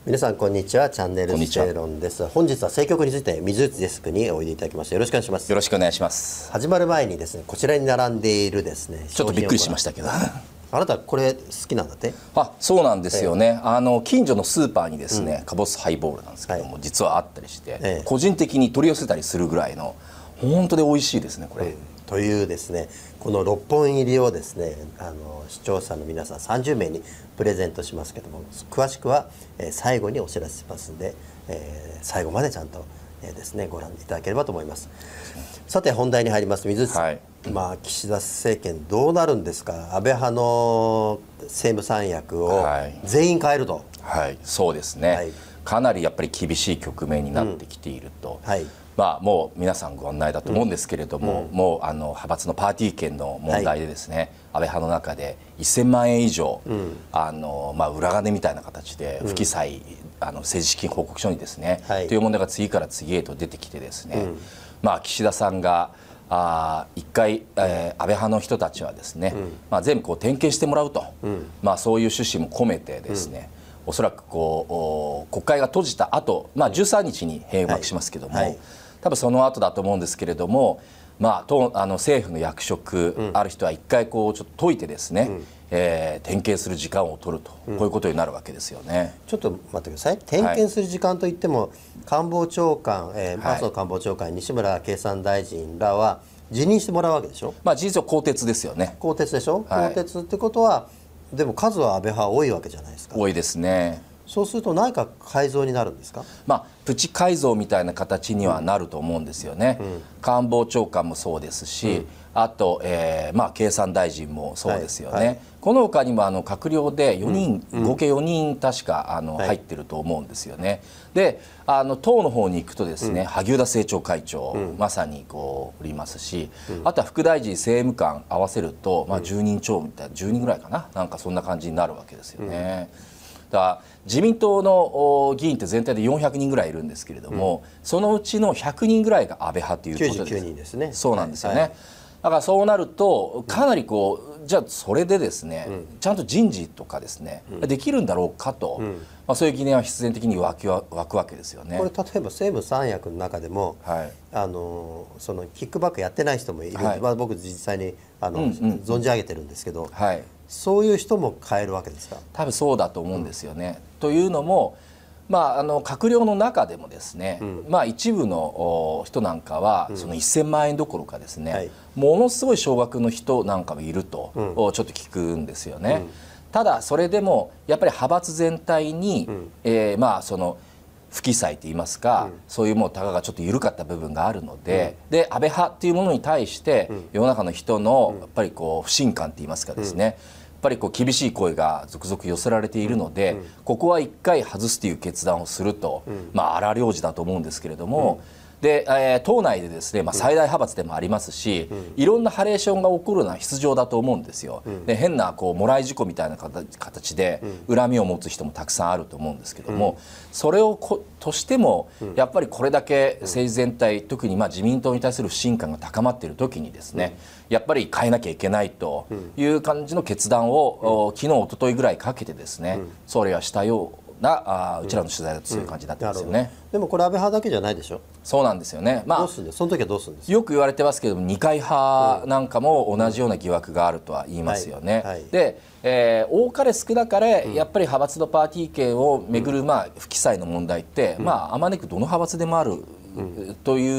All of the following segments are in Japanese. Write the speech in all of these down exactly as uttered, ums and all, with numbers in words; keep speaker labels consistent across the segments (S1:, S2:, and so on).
S1: 皆さんこんにちは。チャンネル正論です。本日は政局について水内デスクにおいでいただきました。よろしくお願いします。
S2: よろしくお願いします。
S1: 始まる前にですね、こちらに並んでいるですね、
S2: ちょっとびっくりしましたけど
S1: あなたこれ好きなんだって？
S2: あ、そうなんですよね。あの近所のスーパーにですね、うん、カボスハイボールなんですけども、はい、実はあったりして、ええ、個人的に取り寄せたりするぐらいの本当で美味しいですねこれ、うん、
S1: というですね、このろっぽん入りをですね、あの視聴者の皆さんさんじゅうめいにプレゼントしますけども、詳しくは、えー、最後にお知らせしますので、えー、最後までちゃんと、えー、ですねご覧いただければと思います。さて本題に入ります。水内さん、はい、まあ、岸田政権どうなるんですか。安倍派の政務三役を全員変えると、
S2: はいはい、そうですね、はい、かなりやっぱり厳しい局面になってきていると、うん、はい、まあ、もう皆さんご案内だと思うんですけれども、うん、もうあの派閥のパーティー券の問題でですね、はい、安倍派の中でせんまんえん以上、うん、あのまあ、裏金みたいな形で不記載、うん、あの政治資金報告書にですね、はい、という問題が次から次へと出てきてですね、うん、まあ、岸田さんがあ一回、えー、安倍派の人たちはですね、うん、まあ、全部こう点検してもらうと、うん、まあ、そういう趣旨も込めてですね、うん、おそらくこう国会が閉じた後、まあ、じゅうさんにちに閉幕しますけども、はいはい、多分その後だと思うんですけれども、まあ、とあの政府の役職、うん、ある人は一回こうちょっと解いてですね、うん、えー、点検する時間を取ると、うん、こういうことになるわけですよね。
S1: ちょっと待ってください。点検する時間といっても、はい、官房長官、えー、麻生官房長官、西村経産大臣らは辞任してもらうわけでしょ。
S2: まあ、事実上更迭ですよね。
S1: 更迭でしょ、はい、更迭ってことはでも数は安倍派多いわけじゃないですか。
S2: 多いですね。
S1: そうすると内閣改造になるんですか。
S2: まあ、プチ改造みたいな形にはなると思うんですよね、うん、官房長官もそうですし、うん、あと、えーまあ、経産大臣もそうですよね、はいはい、この他にもあの閣僚でよにん、うん、合計よにん確かあの、はい、入ってると思うんですよね。で、あの党の方に行くとですね、うん、萩生田政調会長、うん、まさにこうおりますし、うん、あとは副大臣政務官合わせると、まあ、じゅうにん超みたいなじゅうにんぐらいかな、なんかそんな感じになるわけですよね、うん、だから自民党の議員って全体でよんひゃくにんぐらいいるんですけれども、うん、そのうちのひゃくにんぐらいが安倍派ということです。
S1: きゅうじゅうきゅうにんですね。
S2: そうなんですよね、
S1: はいはい、
S2: だからそうなるとかなりこう、じゃあそれでですね、うん、ちゃんと人事とかですね、うん、できるんだろうかと、うん、まあ、そういう疑念は必然的に湧き湧くわけですよね。
S1: これ例えば政務三役の中でも、はい、あのそのキックバックやってない人もいる、はい、まあ、僕実際にあの、うんうん、存じ上げてるんですけど、はい、そういう人も変えるわけですか。
S2: 多分そうだと思うんですよね、うん、というのも、まあ、あの閣僚の中でもですね、うん、まあ、一部の人なんかは、うん、そのせんまんえんどころかですね、はい、ものすごい少額の人なんかもいると、うん、ちょっと聞くんですよね、うん、ただそれでもやっぱり派閥全体に、うん、えー、まあその不記載といいますか、うん、そういうもうたかがちょっと緩かった部分があるので、うん、で安倍派っていうものに対して、うん、世の中の人のやっぱりこう不信感といいますかですね、うん、やっぱりこう厳しい声が続々寄せられているので、うん、ここは一回外すという決断をすると、うん、まあ荒療治だと思うんですけれども、うん、で、えー、党内でですね、まあ、最大派閥でもありますし、うん、いろんなハレーションが起こるのは必要だと思うんですよ、うん、で変なこうもらい事故みたいな形で恨みを持つ人もたくさんあると思うんですけども、うん、それをことしてもやっぱりこれだけ政治全体、特にまあ自民党に対する不信感が高まっている時にですね、うん、やっぱり変えなきゃいけないという感じの決断を、うん、昨日一昨日ぐらいかけてですね、うん、総理はしたようなあうちらの取材だとそういう感じになってますよね、うんうん、
S1: でもこれ安倍派だけじゃないでしょ。
S2: そうなんですよね、まあ、
S1: どうするんですその時はどうするんです
S2: よく言われてますけども、二階派なんかも同じような疑惑があるとは言いますよね、うん、はいはい、で、えー、多かれ少なかれやっぱり派閥のパーティー券をめぐる、まあ、不記載の問題って、うん、まああまねくどの派閥でもあるうん、という、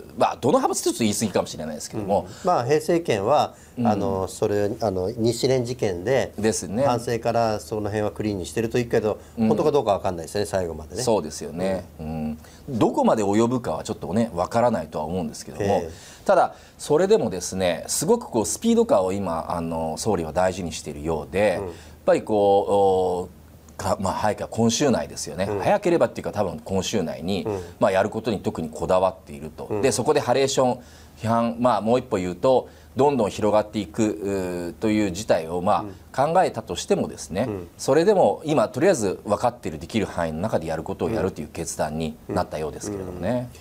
S2: まあ、どの派閥と言い過ぎかもしれないですけども、
S1: うん、まあ、平成権は、うん、あのそれあの日蓮事件でですね、反省からその辺はクリーンにしてるといいけど、うん、本当かどうか分かんないですね、最後までね。
S2: そうですよね、うん、どこまで及ぶかはちょっとね分からないとは思うんですけども、ただそれでもですね、すごくこうスピード感を今あの総理は大事にしているようで、うん、やっぱりこうまあ、早ければ今週内ですよね、うん、早ければっていうか多分今週内に、うん、まあ、やることに特にこだわっていると、うん、でそこでハレーション批判、まあ、もう一歩言うとどんどん広がっていくという事態をまあ考えたとしてもですね、うん、それでも今とりあえず分かっているできる範囲の中でやることをやるという決断になったようですけれどもね。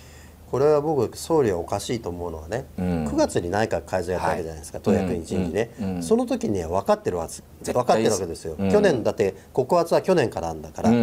S1: これは僕総理はおかしいと思うのはね、うん、くがつに内閣改造やったわけじゃないですか、はい、党役員人事ね、うんうん、その時には分かってるわ分かってるわけですよ、うん、去年だって告発は去年からなんだから、うん、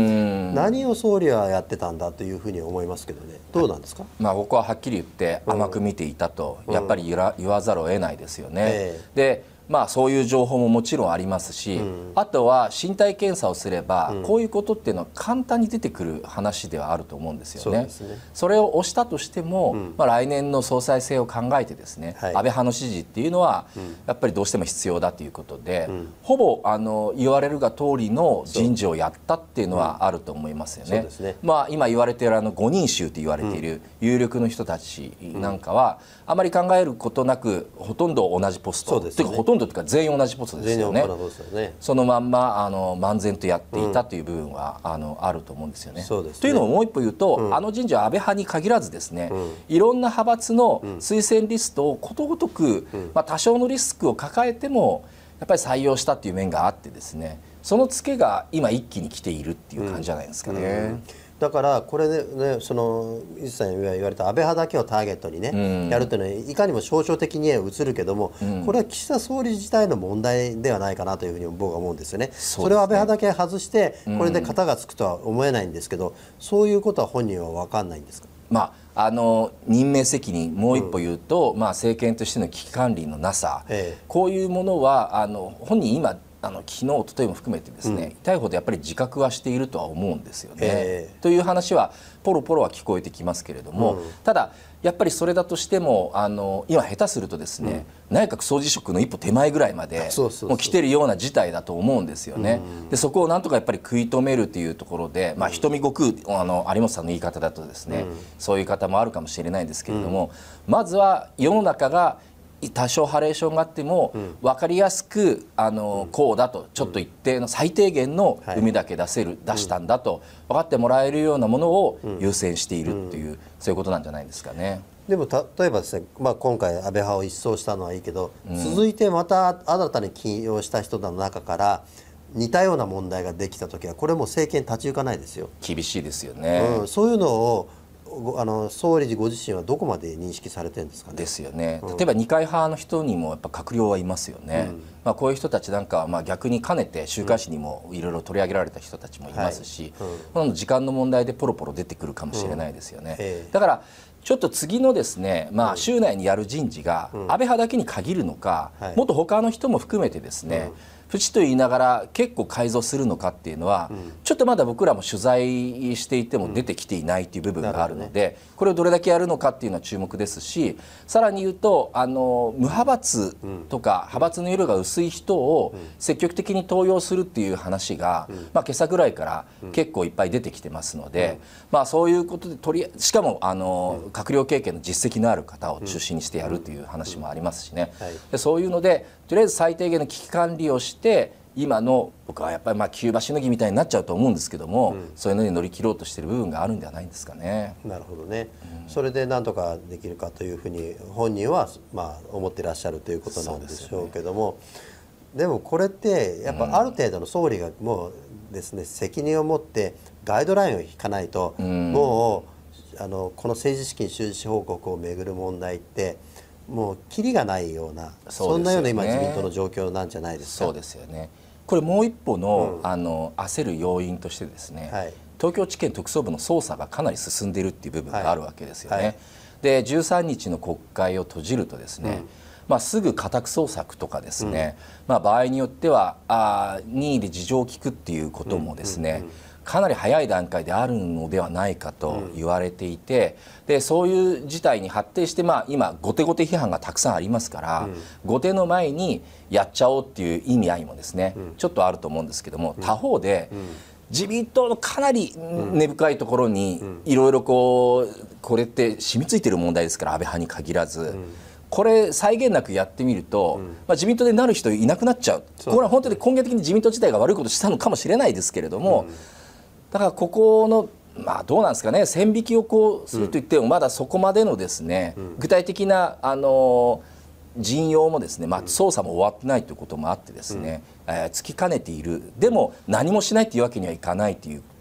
S1: 何を総理はやってたんだというふうに思いますけどね、どうなんですか。
S2: まあ、僕ははっきり言って甘く見ていたと、うん、やっぱり言わ、言わざるを得ないですよね、えー、でまあ、そういう情報ももちろんありますし、うん、あとは身体検査をすれば、うん、こういうことっていうのは簡単に出てくる話ではあると思うんですよね。 そうですね。それを押したとしても、うん、まあ、来年の総裁選を考えてですね、はい、安倍派の支持っていうのは、うん、やっぱりどうしても必要だということで、うん、ほぼあの言われるが通りの人事をやったっていうのはあると思いますよね。まあ、今言われているあのごにん衆と言われている有力の人たちなんかは、あまり考えることなくほとんど同じポスト、ね、というかほとんどというか全員同じポストですよね。そのまんまあの漫然とやっていたという部分は、うん、あのあると思うんですよね。そうですね。というのをもう一歩言うと、うん、あの人事は安倍派に限らずですね、うん、いろんな派閥の推薦リストをことごとく、うん、まあ、多少のリスクを抱えてもやっぱり採用したという面があってですね、そのツケが今一気に来ているっていう感じじゃないですかね。うんうん、
S1: だからこれでね、その伊勢さんが言われた安倍派だけをターゲットにね、うん、やるというのはいかにも象徴的に映るけども、うん、これは岸田総理自体の問題ではないかなというふうに僕は思うんですよね。 そ, それを安倍派だけ外してこれで型がつくとは思えないんですけど、うん、そういうことは本人は分かんないんですか。
S2: まあ、あの任命責任もう一歩言うと、うん、まあ、政権としての危機管理のなさ、ええ、こういうものはあの本人今あの昨日おとといも含めてですね、うん、痛いほどやっぱり自覚はしているとは思うんですよね、えー、という話はポロポロは聞こえてきますけれども、うん、ただやっぱりそれだとしてもあの今下手するとですね、うん、内閣総辞職の一歩手前ぐらいまでもう来てるような事態だと思うんですよね。うん、でそこをなんとかやっぱり食い止めるというところで、まあ、瞳悟空あの有本さんの言い方だとですね、うん、そういう方もあるかもしれないんですけれども、うん、まずは世の中が多少ハレーションがあっても分かりやすくあのこうだとちょっと一定の最低限の海だけ出せる、出したんだと分かってもらえるようなものを優先しているっていう、そういうことなんじゃないですかね。
S1: でも例えばですね、まあ、今回安倍派を一掃したのはいいけど、うん、続いてまた新たに起用した人の中から似たような問題ができた時はこれも政権立ち行かないですよ。
S2: 厳しいですよね、
S1: うん、そういうのをあの総理ご自身はどこまで認識されてるんですかね。
S2: ですよね。例えば二階派の人にもやっぱ閣僚はいますよね。うん、まあ、こういう人たちなんかはまあ逆に兼ねて週刊誌にもいろいろ取り上げられた人たちもいますし、はい、うん、時間の問題でポロポロ出てくるかもしれないですよね。うん、えー、だからちょっと次のですね、まあ、週内にやる人事が安倍派だけに限るのか、うん、もっと他の人も含めてですね、うん、プチと言いながら結構改造するのかっていうのは、うん、ちょっとまだ僕らも取材していても出てきていないっていう部分があるので、うん、ね、これをどれだけやるのかっていうのは注目ですし、さらに言うとあの無派閥とか派閥の色が薄い人を積極的に登用するっていう話が、うん、まあ、今朝ぐらいから結構いっぱい出てきてますので、うん、まあ、そういうことで取りしかもあの、うん、閣僚経験の実績のある方を中心にしてやるという話もありますしね、うん、はい、でそういうのでとりあえず最低限の危機管理をして今の僕はやっぱりまあキューバしのぎみたいになっちゃうと思うんですけども、うん、そういうのに乗り切ろうとしている部分があるんではないんですかね。
S1: なるほどね、うん、それで何とかできるかというふうに本人はまあ思ってらっしゃるということなんでしょうけども、 で, ね、でもこれってやっぱある程度の総理がもうですね、責任を持ってガイドラインを引かないと、うん、もうあのこの政治資金収支報告をめぐる問題ってもうキリがないような そ, う、ね、そんなような今自民党の状況なんじゃないですか。
S2: そうですよね。これもう一歩 の,、うん、あの焦る要因としてですね、はい、東京地検特捜部の捜査がかなり進んでいるっていう部分があるわけですよね、はいはい、でじゅうさんにちの国会を閉じるとですね、うん、まあ、すぐ家宅捜索とかですね、うん、まあ、場合によってはあ任意で事情を聞くっていうこともですね、うんうんうん、かなり早い段階であるのではないかと言われていて、うん、でそういう事態に発展して、まあ、今後手後手批判がたくさんありますから、うん、後手の前にやっちゃおうっていう意味合いもですね、うん、ちょっとあると思うんですけども、他方で、うん、自民党のかなり根深いところにいろいろこうこれって染みついてる問題ですから、安倍派に限らず、うん、これ際限なくやってみると、うん、まあ、自民党でなる人いなくなっちゃう、これは本当に根源的に自民党自体が悪いことしたのかもしれないですけれども、うん、だからここのまあどうなんですかね、線引きをこうするといってもまだそこまでのですね、うん、具体的なあの陣容もですね、まあ、捜査も終わってないということもあってですね、うん、えー、つきかねている。でも何もしないというわけにはいかないというと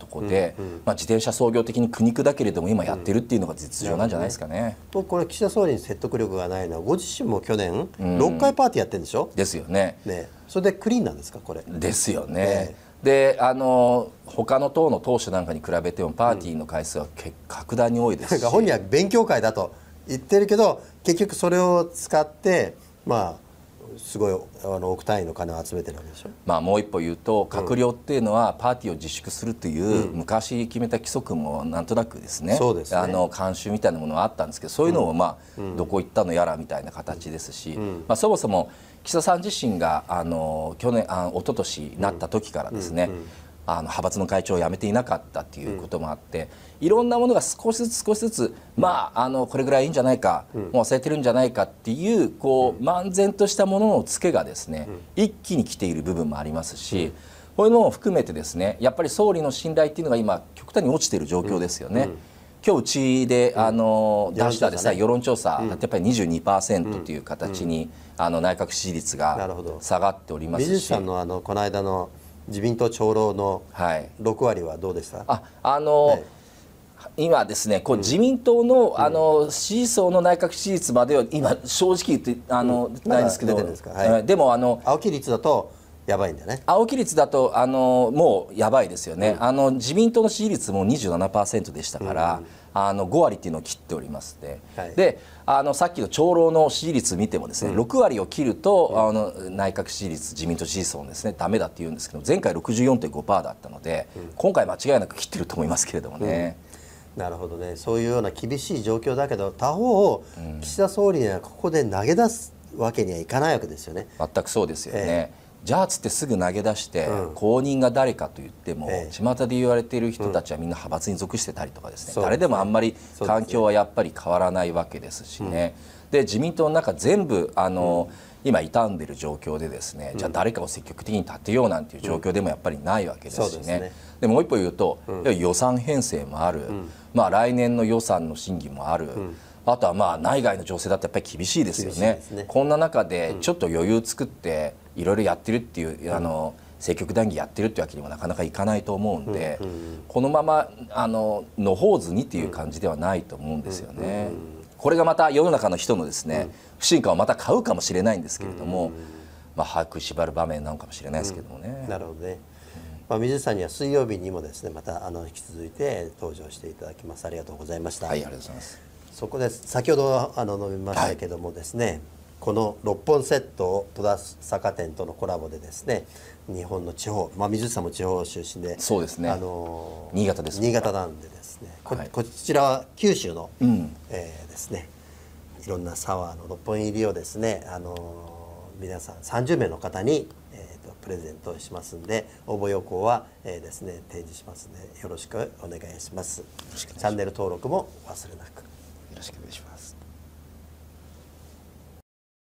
S2: こで、うんうん、まあ、自転車操業的に苦肉だけれども今やってるっていうのが実情なんじゃないですかね。
S1: うん、これ岸田総理に説得力がないのはご自身も去年ろっかいパーティーやってるんでしょ、うん、
S2: ですよね。
S1: ね、それでクリーンなんですかこれ。
S2: ですよね。であの他の党の党首なんかに比べてもパーティーの回数は結格段に多いですし、
S1: 本人は勉強会だと言ってるけど結局それを使ってまあすごいあの億単位の金を集めてるわけでしょ。
S2: まあもう一歩言うと閣僚っていうのはパーティーを自粛するという昔決めた規則もなんとなくですね、
S1: そうですね、
S2: あの慣習みたいなものはあったんですけど、そういうのをまあどこ行ったのやらみたいな形ですし、まあそもそも岸田さん自身があの去年あ一昨年なった時からですね、あの派閥の会長を辞めていなかったっていうこともあって、うん、いろんなものが少しずつ少しずつ、まあ、あのこれぐらいいいんじゃないか、うん、もう忘れてるんじゃないかっていうこう、うん、漫然としたもののツケがですね、うん、一気に来ている部分もありますし、うん、こういうのも含めてですね、やっぱり総理の信頼っていうのが今極端に落ちている状況ですよね。うんうん、今日うちであの、うん、出したですね、世論調査、うん、やっぱり にじゅうにパーセント という形に、うん、あの内閣支持率が下がっておりますし、
S1: 水内さんのあのこの間の自民党長老のろくわりはどうでした？はい、
S2: ああの、はい、今ですねこう自民党の、うん、あの支持層の内閣支持率までは今正直言ってあの、うん、ないんですけど、はい、でもあの
S1: 青木率だとやばいんだよね。
S2: 青木率だとあのもうやばいですよね。うん、あの自民党の支持率も にじゅうななパーセント でしたから、うん、あのごわりっていうのを切っておりますで、はい、であのさっきの長老の支持率見てもですね、うん、ろくわりを切ると、うん、あの内閣支持率自民党支持層ですねダメだって言うんですけど、前回 ろくじゅうよんてんごパーセント だったので、うん、今回間違いなく切ってると思いますけれどもね。
S1: うん、なるほどね。そういうような厳しい状況だけど他方、うん、岸田総理にはここで投げ出すわけにはいかないわけですよね。
S2: 全くそうですよね。えーじゃあつってすぐ投げ出して、うん、後任が誰かと言っても、ええ、巷で言われている人たちはみんな派閥に属してたりとかですね、うん、誰でもあんまり環境はやっぱり変わらないわけですしね、うん、で自民党の中全部あの、うん、今傷んでいる状況でですね、うん、じゃあ誰かを積極的に立てようなんていう状況でもやっぱりないわけですしね、うん、でねでもう一歩言うと、うん、予算編成もある、うん、まあ、来年の予算の審議もある、うん、あとはまあ内外の情勢だってやっぱり厳しいですよね。ねこんな中でちょっと余裕作っていろいろやってるっていう、うん、あの政局談義やってるってわけにもなかなかいかないと思うんで、うんうんうん、このままあの野放図にっていう感じではないと思うんですよね。うんうんうん、これがまた世の中の人のですね、うん、不信感をまた買うかもしれないんですけれども、うんうんうん、まあ歯食いしばる場面なのかもしれないですけどもね。
S1: うん、なるほどね。まあ、水内さんには水曜日にもですねまたあの引き続いて登場していただきます。ありがとうございました。
S2: はい、ありがとうございます。
S1: そこで先ほどあの述べましたけどもですね、はい、このろっぽんセットを戸田酒店とのコラボでですね日本の地方、まあ、水内さんも地方出身で、
S2: そうですね、
S1: あの
S2: 新潟です。
S1: 新潟なんでですね、はい、こ, こちらは九州の、うん、えー、ですねいろんなサワーのろっぽん入りをですね、あの皆さんさんじゅうめいの方に、えー、とプレゼントしますんで応募要項は、えー、ですね提示しますのでよろしくお願いします。チャンネル登録も忘れなく。
S2: よろしくお願いします。